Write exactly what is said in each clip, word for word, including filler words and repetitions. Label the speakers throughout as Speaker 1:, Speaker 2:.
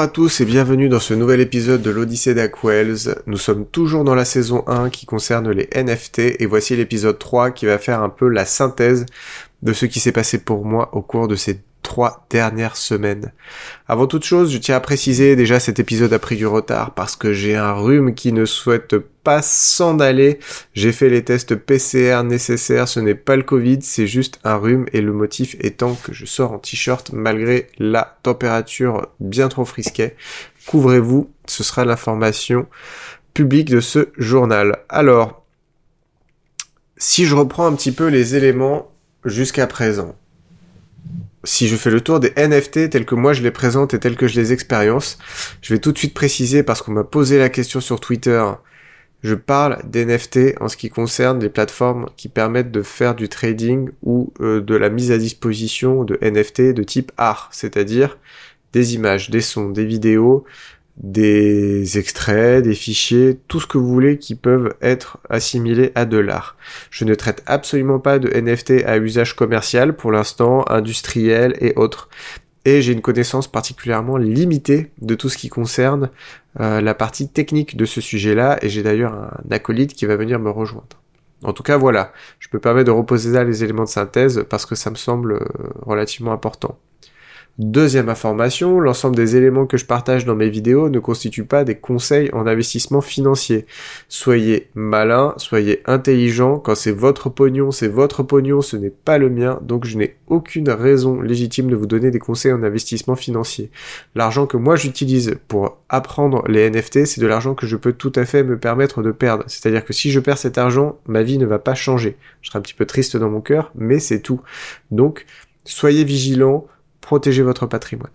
Speaker 1: à tous et bienvenue dans ce nouvel épisode de l'Odyssée d'Hackwells. Nous sommes toujours dans la saison un qui concerne les N F T et voici l'épisode trois qui va faire un peu la synthèse de ce qui s'est passé pour moi au cours de ces trois dernières semaines. Avant toute chose, je tiens à préciser, déjà cet épisode a pris du retard parce que j'ai un rhume qui ne souhaite pas s'en aller. J'ai fait les tests P C R nécessaires, ce n'est pas le Covid, c'est juste un rhume et le motif étant que je sors en t-shirt malgré la température bien trop frisquée. Couvrez-vous, ce sera l'information publique de ce journal. Alors, si je reprends un petit peu les éléments jusqu'à présent, si je fais le tour des N F T tels que moi je les présente et tels que je les expérience, je vais tout de suite préciser parce qu'on m'a posé la question sur Twitter. Je parle d'N F T en ce qui concerne les plateformes qui permettent de faire du trading ou euh, de la mise à disposition de N F T de type art, c'est-à-dire des images, des sons, des vidéos, des extraits, des fichiers, tout ce que vous voulez qui peuvent être assimilés à de l'art. Je ne traite absolument pas de N F T à usage commercial pour l'instant, industriel et autres. Et j'ai une connaissance particulièrement limitée de tout ce qui concerne euh, la partie technique de ce sujet-là, et j'ai d'ailleurs un acolyte qui va venir me rejoindre. En tout cas, voilà, je peux permettre de reposer là les éléments de synthèse parce que ça me semble euh, relativement important. Deuxième information, l'ensemble des éléments que je partage dans mes vidéos ne constituent pas des conseils en investissement financier. Soyez malin, soyez intelligent, quand c'est votre pognon, c'est votre pognon, ce n'est pas le mien, donc je n'ai aucune raison légitime de vous donner des conseils en investissement financier. L'argent que moi j'utilise pour apprendre les N F T, c'est de l'argent que je peux tout à fait me permettre de perdre. C'est-à-dire que si je perds cet argent, ma vie ne va pas changer. Je serai un petit peu triste dans mon cœur, mais c'est tout. Donc, soyez vigilants, protégez votre patrimoine.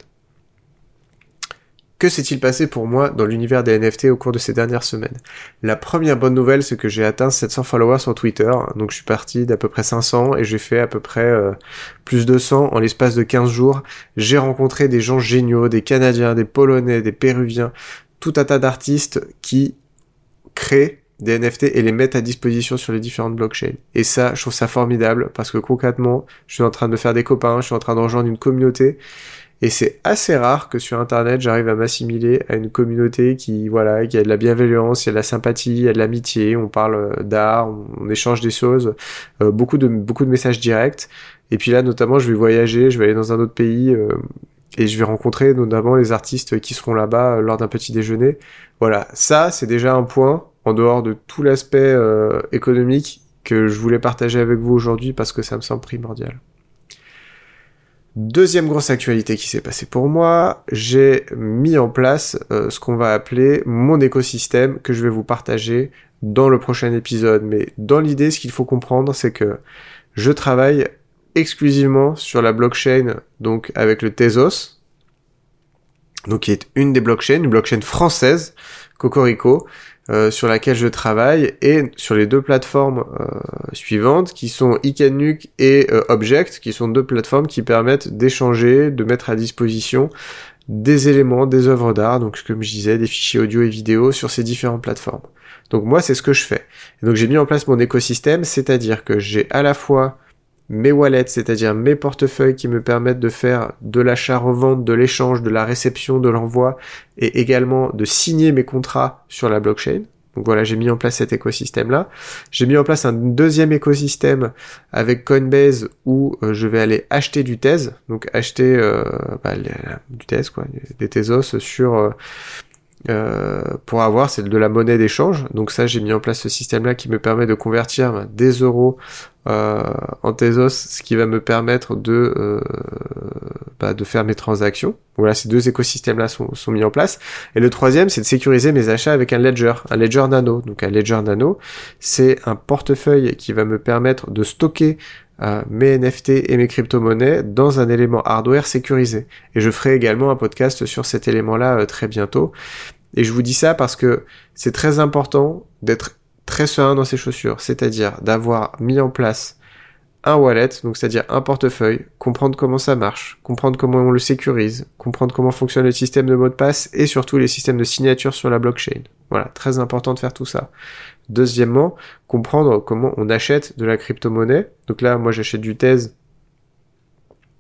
Speaker 1: Que s'est-il passé pour moi dans l'univers des N F T au cours de ces dernières semaines? La première bonne nouvelle, c'est que j'ai atteint sept cents followers sur Twitter, donc je suis parti d'à peu près cinq cents et j'ai fait à peu près euh, plus de cent en l'espace de quinze jours. J'ai rencontré des gens géniaux, des Canadiens, des Polonais, des Péruviens, tout un tas d'artistes qui créent des N F T et les mettent à disposition sur les différentes blockchains. Et ça, je trouve ça formidable parce que concrètement, je suis en train de me faire des copains, je suis en train de rejoindre une communauté et c'est assez rare que sur Internet, j'arrive à m'assimiler à une communauté qui, voilà, qui a de la bienveillance, il y a de la sympathie, il y a de l'amitié, on parle d'art, on, on échange des choses, euh, beaucoup de beaucoup de messages directs. Et puis là, notamment, je vais voyager, je vais aller dans un autre pays euh, et je vais rencontrer notamment les artistes qui seront là-bas euh, lors d'un petit déjeuner. Voilà, ça, c'est déjà un point en dehors de tout l'aspect euh, économique que je voulais partager avec vous aujourd'hui parce que ça me semble primordial. Deuxième grosse actualité qui s'est passée pour moi, j'ai mis en place euh, ce qu'on va appeler mon écosystème que je vais vous partager dans le prochain épisode. Mais dans l'idée, ce qu'il faut comprendre, c'est que je travaille exclusivement sur la blockchain, donc avec le Tezos, donc qui est une des blockchains, une blockchain française, Cocorico, Euh, sur laquelle je travaille, et sur les deux plateformes euh, suivantes qui sont Icanuc et euh, Object, qui sont deux plateformes qui permettent d'échanger, de mettre à disposition des éléments, des œuvres d'art, donc comme je disais, des fichiers audio et vidéo sur ces différentes plateformes. Donc moi, c'est ce que je fais. Et donc j'ai mis en place mon écosystème, c'est-à-dire que j'ai à la fois mes wallets, c'est-à-dire mes portefeuilles qui me permettent de faire de l'achat-revente, de l'échange, de la réception, de l'envoi, et également de signer mes contrats sur la blockchain. Donc voilà, j'ai mis en place cet écosystème-là. J'ai mis en place un deuxième écosystème avec Coinbase où euh, je vais aller acheter du Tez, donc acheter euh, bah, les, du Tez, quoi, des Tezos sur... Euh, Euh, pour avoir c'est de la monnaie d'échange. Donc ça, j'ai mis en place ce système-là qui me permet de convertir des euros euh, en Tezos, ce qui va me permettre de euh, bah, de faire mes transactions. Voilà, ces deux écosystèmes-là sont, sont mis en place. Et le troisième, c'est de sécuriser mes achats avec un ledger, un ledger nano. Donc un ledger nano, c'est un portefeuille qui va me permettre de stocker Euh, mes N F T et mes crypto-monnaies dans un élément hardware sécurisé. Et je ferai également un podcast sur cet élément-là euh, très bientôt. Et je vous dis ça parce que c'est très important d'être très serein dans ses chaussures, c'est-à-dire d'avoir mis en place un wallet, donc c'est-à-dire un portefeuille, comprendre comment ça marche, comprendre comment on le sécurise, comprendre comment fonctionne le système de mot de passe et surtout les systèmes de signature sur la blockchain. Voilà, très important de faire tout ça. Deuxièmement, comprendre comment on achète de la crypto-monnaie. Donc là, moi, j'achète du Tez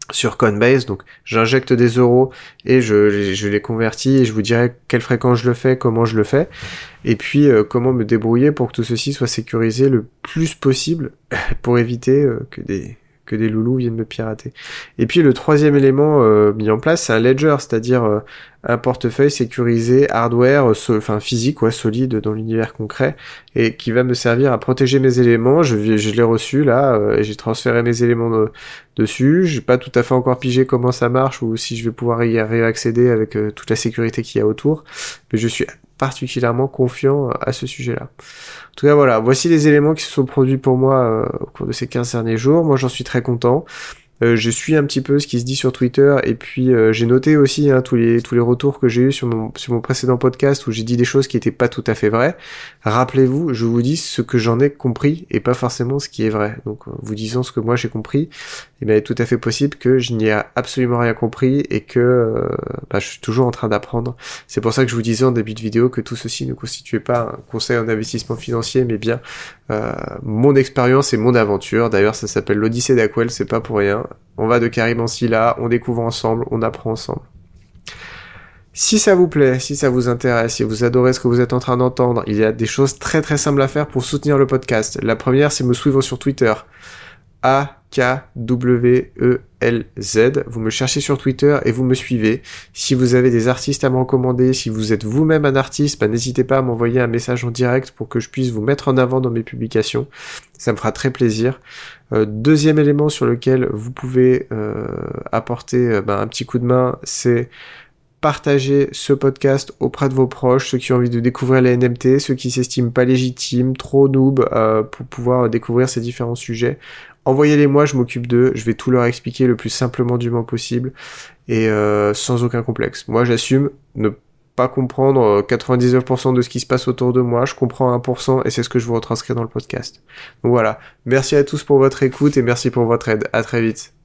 Speaker 1: sur Coinbase, donc j'injecte des euros et je, je les convertis et je vous dirai quelle fréquence je le fais, comment je le fais, et puis euh, comment me débrouiller pour que tout ceci soit sécurisé le plus possible pour éviter euh, que des que des loulous viennent me pirater. Et puis le troisième élément euh, mis en place, c'est un ledger, c'est-à-dire euh, un portefeuille sécurisé, hardware, so, enfin physique, ouais, solide dans l'univers concret, et qui va me servir à protéger mes éléments. Je, je l'ai reçu là, euh, et j'ai transféré mes éléments de, dessus. J'ai pas tout à fait encore pigé comment ça marche ou si je vais pouvoir y réaccéder avec euh, toute la sécurité qu'il y a autour, mais je suis particulièrement confiant à ce sujet-là. En tout cas, voilà, voici les éléments qui se sont produits pour moi euh, au cours de ces quinze derniers jours. Moi, j'en suis très content. Euh, je suis un petit peu ce qui se dit sur Twitter, et puis euh, j'ai noté aussi hein, tous les tous les retours que j'ai eu sur mon sur mon précédent podcast où j'ai dit des choses qui étaient pas tout à fait vraies. Rappelez-vous, je vous dis ce que j'en ai compris et pas forcément ce qui est vrai. Donc, euh, vous disant ce que moi j'ai compris, eh bien, il est tout à fait possible que je n'y ai absolument rien compris et que euh, bah, je suis toujours en train d'apprendre. C'est pour ça que je vous disais en début de vidéo que tout ceci ne constituait pas un conseil en investissement financier, mais bien euh, mon expérience et mon aventure. D'ailleurs, ça s'appelle l'Odyssée d'Ackwell, c'est pas pour rien. On va de Karim en Silla, on découvre ensemble, on apprend ensemble. Si ça vous plaît, si ça vous intéresse, si vous adorez ce que vous êtes en train d'entendre, il y a des choses très très simples à faire pour soutenir le podcast. La première, c'est me suivre sur Twitter. A K W E L Z. Vous me cherchez sur Twitter et vous me suivez. Si vous avez des artistes à me recommander, si vous êtes vous-même un artiste, bah, n'hésitez pas à m'envoyer un message en direct pour que je puisse vous mettre en avant dans mes publications. Ça me fera très plaisir. Euh, deuxième élément sur lequel vous pouvez euh, apporter euh, bah, un petit coup de main, c'est partager ce podcast auprès de vos proches, ceux qui ont envie de découvrir les N F T, ceux qui s'estiment pas légitimes, trop noob euh, pour pouvoir découvrir ces différents sujets. Envoyez-les moi, je m'occupe d'eux, je vais tout leur expliquer le plus simplement du moins possible et euh, sans aucun complexe. Moi, j'assume ne pas comprendre quatre-vingt-dix-neuf pour cent de ce qui se passe autour de moi, je comprends un pour cent et c'est ce que je vous retranscris dans le podcast. Donc voilà, merci à tous pour votre écoute et merci pour votre aide. À très vite.